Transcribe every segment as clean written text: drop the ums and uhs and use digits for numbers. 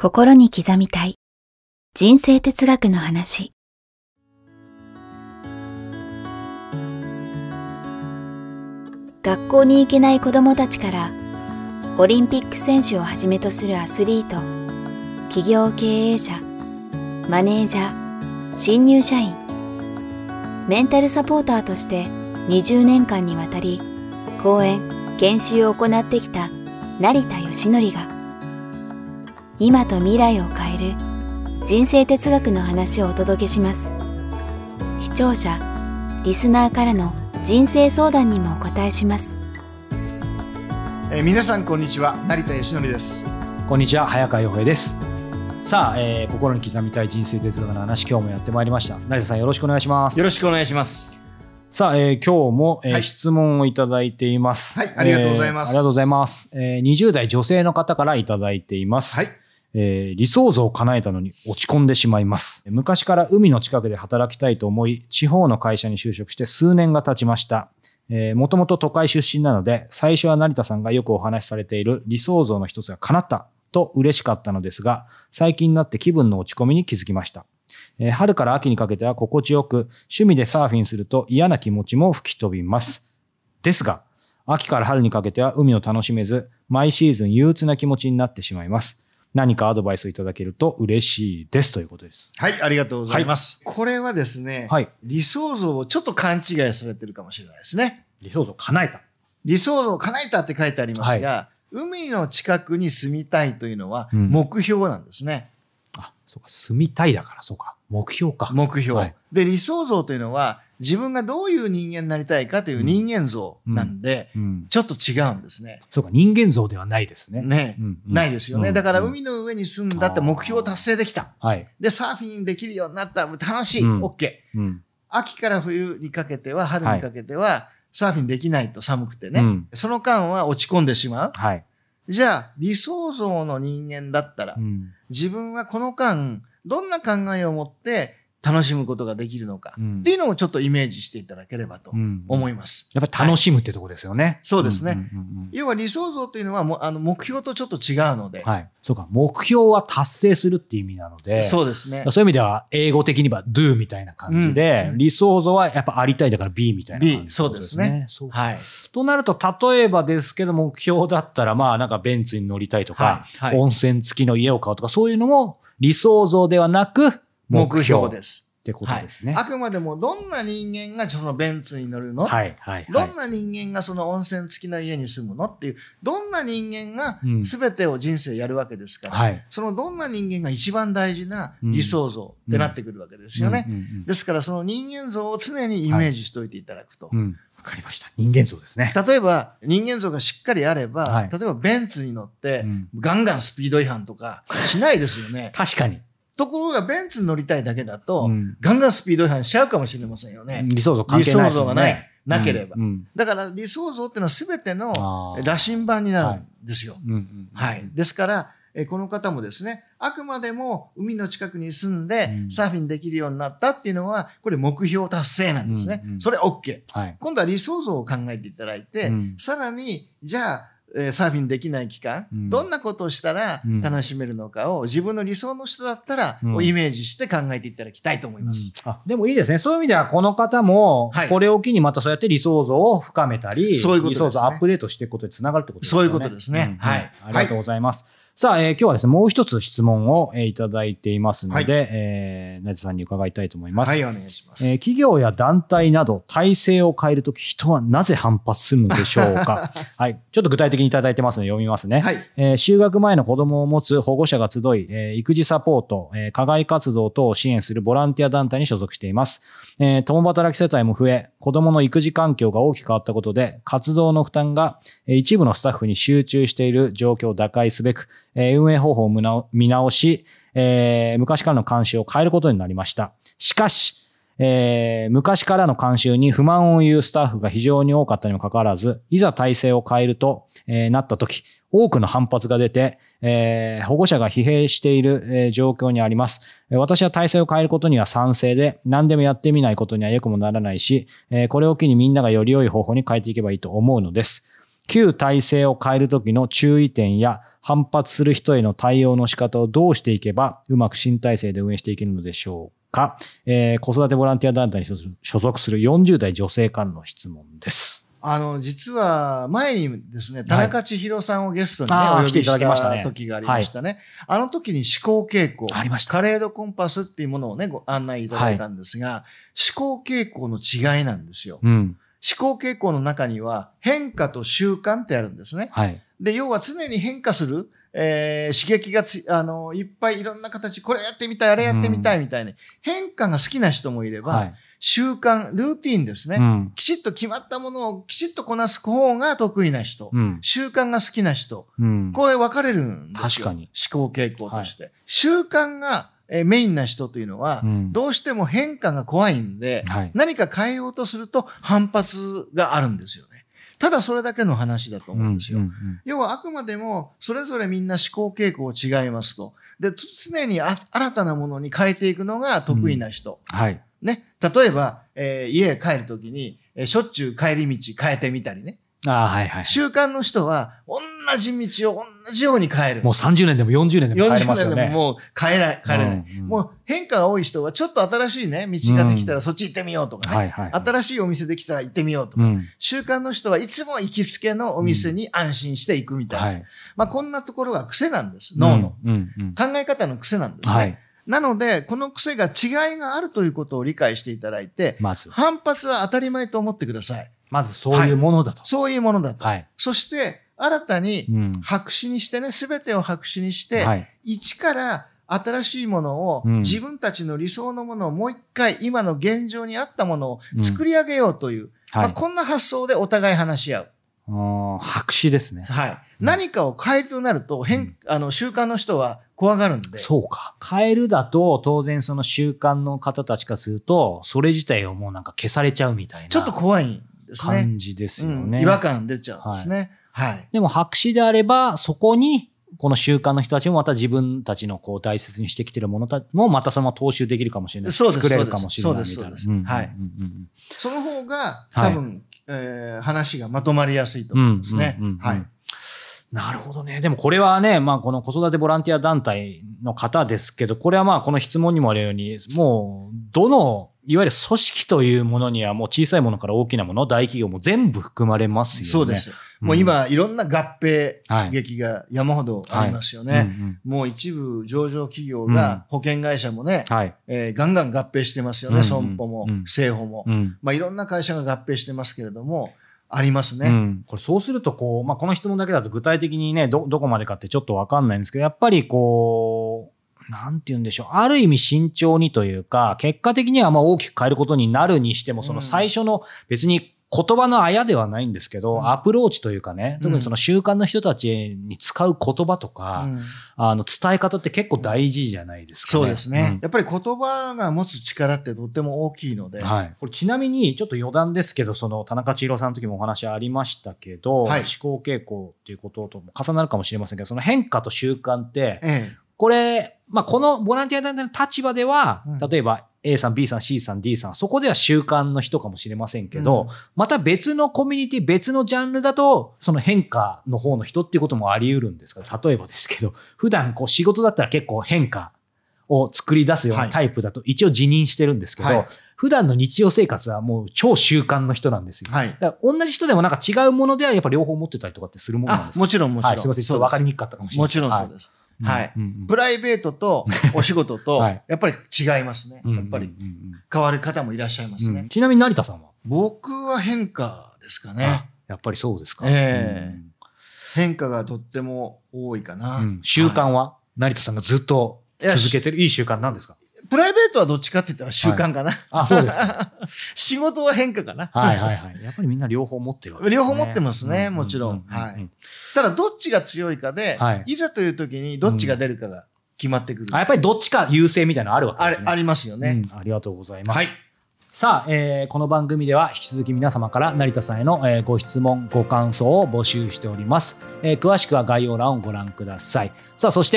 心に刻みたい人生哲学の話。学校に行けない子どもたちからオリンピック選手をはじめとするアスリート、企業経営者、マネージャー、新入社員、メンタルサポーターとして20年間にわたり講演・研修を行ってきた成田義則が今と未来を変える人生哲学の話をお届けします。視聴者・リスナーからの人生相談にもお答えします。 皆さんこんにちは、成田義則です。 こんにちは、早川洋平です。さあ、心に刻みたい人生哲学の話、今日もやってまいりました。成田さん、よろしくお願いします。 よろしくお願いします。 さあ、今日も、質問をいただいています。 はい、ありがとうございます。 ありがとうございます。20代女性の方からいただいています。はい。理想像を叶えたのに落ち込んでしまいます。昔から海の近くで働きたいと思い、地方の会社に就職して数年が経ちました。もともと都会出身なので、最初は成田さんがよくお話しされている理想像の一つが叶ったと嬉しかったのですが、最近になって気分の落ち込みに気づきました。春から秋にかけては心地よく、趣味でサーフィンすると嫌な気持ちも吹き飛びます。ですが、秋から春にかけては海を楽しめず、毎シーズン憂鬱な気持ちになってしまいます。何かアドバイスをいただけると嬉しいですということです。 はい、ありがとうございます。はい、これはですね、はい、理想像をちょっと勘違いされてるかもしれないですね。 理想像を叶えた。 理想像を叶えたって書いてありますが、はい、海の近くに住みたいというのは目標なんですね。 あ、そうか、住みたいだから、そうか。目標か。 目標。はい、で、理想像というのは、自分がどういう人間になりたいかという人間像なんで、ちょっと違うんですね。 そうか、人間像ではないですね。 ね、ないですよね。だから海の上に住んだって目標を達成できた。はい、で、サーフィンできるようになった。楽しい。OK。秋から冬にかけては、春にかけては、サーフィンできないと寒くてね。その間は落ち込んでしまう。はい、じゃあ、理想像の人間だったら、自分はこの間、どんな考えを持って楽しむことができるのかっていうのをちょっとイメージしていただければと思います。 やっぱり楽しむってとこですよね。はい、 そうですね。要は理想像というのは目標とちょっと違うので。 はい。そうか。目標は達成するっていう意味なので。 そうですね。 そういう意味では英語的には do みたいな感じで、理想像はやっぱありたいだから be みたいな感じですね。 そうですね。 はい。となると、例えばですけど目標だったら、なんかベンツに乗りたいとか、温泉付きの家を買うとか、そういうのも理想像ではなく、 目標です。 ってことですね。 あくまでもどんな人間がそのベンツに乗るの？どんな人間がその温泉付きの家に住むのっていう、どんな人間が全てを人生やるわけですから、そのどんな人間が一番大事な理想像ってなってくるわけですよね。ですからその人間像を常にイメージしておいていただくと。 わかりました。人間像ですね。 例えば人間像がしっかりあれば、例えばベンツに乗ってガンガンスピード違反とかしないですよね。 確かに。 ところがベンツに乗りたいだけだと、ガンガンスピード違反しちゃうかもしれませんよね。 理想像関係ないですよね。 理想像がなければ。だから理想像っていうのは全ての羅針盤になるんですよ。はい。ですから、この方もですね、あくまでも海の近くに住んでサーフィンできるようになったっていうのは、これ目標達成なんですね。それ OK。今度は理想像を考えていただいて、さらに、じゃあ、サーフィンできない期間、どんなことをしたら楽しめるのかを自分の理想の人だったらイメージして考えていただきたいと思います。 でもいいですね。そういう意味ではこの方もこれを機にまたそうやって理想像を深めたり、理想像をアップデートしていくことにつながるってことですね。 そういうことですね。はい。 ありがとうございます。さあ、今日はですね、もう一つ質問をいただいていますので、成田さんに伺いたいと思います。 はい、お願いします。 企業や団体など体制を変えるとき、人はなぜ反発するのでしょうか。はい、ちょっと具体的にいただいてますので読みますね。はい。就学前の子供を持つ保護者が集い、育児サポート、課外活動等を支援するボランティア団体に所属しています。共働き世帯も増え、子供の育児環境が大きく変わったことで、活動の負担が一部のスタッフに集中している状況を打開すべく、運営方法を見直し、昔からの慣習を変えることになりました。しかし、昔からの慣習に不満を言うスタッフが非常に多かったにもかかわらず、いざ体制を変えると、なったとき、多くの反発が出て、保護者が疲弊している、状況にあります。私は体制を変えることには賛成で、何でもやってみないことには良くもならないし、これを機にみんながより良い方法に変えていけばいいと思うのです。 旧体制を変える時の注意点や反発する人への対応の仕方をどうしていけばうまく新体制で運営していけるのでしょうか。子育てボランティア団体に所属する40代女性からの質問です。 実は前にですね、田中千尋さんをゲストにね、お呼びした時がありましたね。あの時に思考傾向、カレードコンパスっていうものをね、ご案内いただいたんですが、思考傾向の違いなんですよ。思考傾向の中には変化と習慣ってあるんですね。で、要は常に変化する、刺激がいっぱいいろんな形、これやってみたい、あれやってみたいみたいな、変化が好きな人もいれば、習慣、ルーティンですね、きちっと決まったものをきちっとこなす方が得意な人、習慣が好きな人、これ分かれるんですよ。思考傾向として。習慣がメインな人というのは、どうしても変化が怖いんで、何か変えようとすると反発があるんですよね。ただそれだけの話だと思うんですよ。要はあくまでもそれぞれみんな思考傾向違いますと。で、常に新たなものに変えていくのが得意な人。ね。例えば、家へ帰るときに、しょっちゅう帰り道変えてみたりね。習慣の人は同じ道を同じように変える。 もう30年でも40年でも変えますよね。40年でももう変えない。もう変化が多い人はちょっと新しいね、道ができたらそっち行ってみようとかね。新しいお店できたら行ってみようとか。習慣の人はいつも行きつけのお店に安心して行くみたいな。まあこんなところが癖なんです。脳の。考え方の癖なんですね。なので、この癖が違いがあるということを理解していただいて、反発は当たり前と思ってください。 まずそういうものだと。 そういうものだと。そして、新たに白紙にしてね、すべてを白紙にして、一から新しいものを、自分たちの理想のものをもう一回、今の現状に合ったものを作り上げようという、こんな発想でお互い話し合う。 白紙ですね。 何かを変えるとなると、習慣の人は怖がるんで。 そうか。変えるだと、当然その習慣の方たちからすると、それ自体をもうなんか消されちゃうみたいな。 ちょっと怖いんですね。 感じですよね。 違和感出ちゃうんですね。 でも白紙であれば、そこに、この習慣の人たちもまた自分たちのこう大切にしてきているものもまたそのまま踏襲できるかもしれない。作れるかもしれないみたいな。そうです。 その方が多分、話がまとまりやすいと思うんですね。 なるほどね。でもこれはね、まあこの子育てボランティア団体の方ですけど、これはまあこの質問にもあるように、もういわゆる組織というものにはもう小さいものから大きなもの、大企業も全部含まれますよね。 そうです。もう今いろんな合併劇が山ほどありますよね。もう一部上場企業が保険会社もね、ガンガン合併してますよね。損保も生保も。まあいろんな会社が合併してますけれども、ありますね。 これそうするとこう、まあこの質問だけだと具体的にね、どこまでかってちょっとわかんないんですけど、やっぱりこう、なんて言うんでしょう。ある意味慎重にというか、結果的にはまあ大きく変えることになるにしても、その最初の別に言葉のあやではないんですけど、アプローチというかね、特にその習慣の人たちに使う言葉とか、伝え方って結構大事じゃないですかね。 そうですね。やっぱり言葉が持つ力ってとっても大きいので。 これちなみにちょっと余談ですけど、その田中千尋さんの時もお話ありましたけど、思考傾向っていうこととも重なるかもしれませんけど、その変化と習慣って、これ、まあ、このボランティア団体の立場では、例えば A さん、B さん、C さん、D さん、そこでは習慣の人かもしれませんけど、また別のコミュニティ、別のジャンルだと、その変化の方の人っていうこともあり得るんですか？例えばですけど、普段こう仕事だったら結構変化を作り出すようなタイプだと一応自認してるんですけど、普段の日常生活はもう超習慣の人なんですよ。だから同じ人でもなんか違うものではやっぱ両方持ってたりとかってするものなんですか？ もちろん。 すいません、ちょっと分かりにくかったかもしれない。 もちろんそうです。プライベートとお仕事と、やっぱり違いますね。やっぱり変わる方もいらっしゃいますね。 ちなみに成田さんは？ 僕は変化ですかね。 やっぱりそうですか。 変化がとっても多いかな。 習慣は成田さんがずっと続けてるいい習慣なんですか？ プライベートはどっちかって言ったら習慣かな。 そうですか。 仕事は変化かな。 やっぱりみんな両方持ってるわけですね。 両方持ってますね、もちろん。ただどっちが強いかで、いざという時にどっちが出るかが決まってくる。 やっぱりどっちか優勢みたいなのあるわけですね。 ありますよね。 ありがとうございます。 さあ、この番組では引き続き皆様から成田さんへの、ご質問ご感想を募集しております。詳しくは概要欄をご覧ください。さあそして、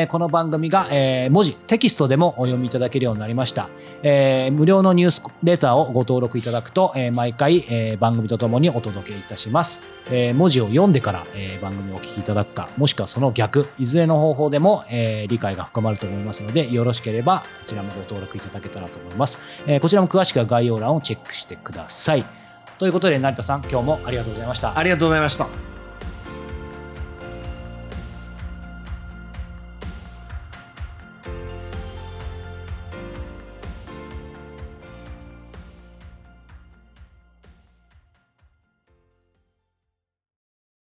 この番組が、文字テキストでもお読みいただけるようになりました。無料のニュースレターをご登録いただくと、毎回、番組とともにお届けいたします。文字を読んでから、番組をお聞きいただくか、もしくはその逆、いずれの方法でも、理解が深まると思いますので、よろしければこちらもご登録いただけたらと思います。こちらも詳しくは概要欄をチェックしてください。ということで成田さん、今日もありがとうございました。 ありがとうございました。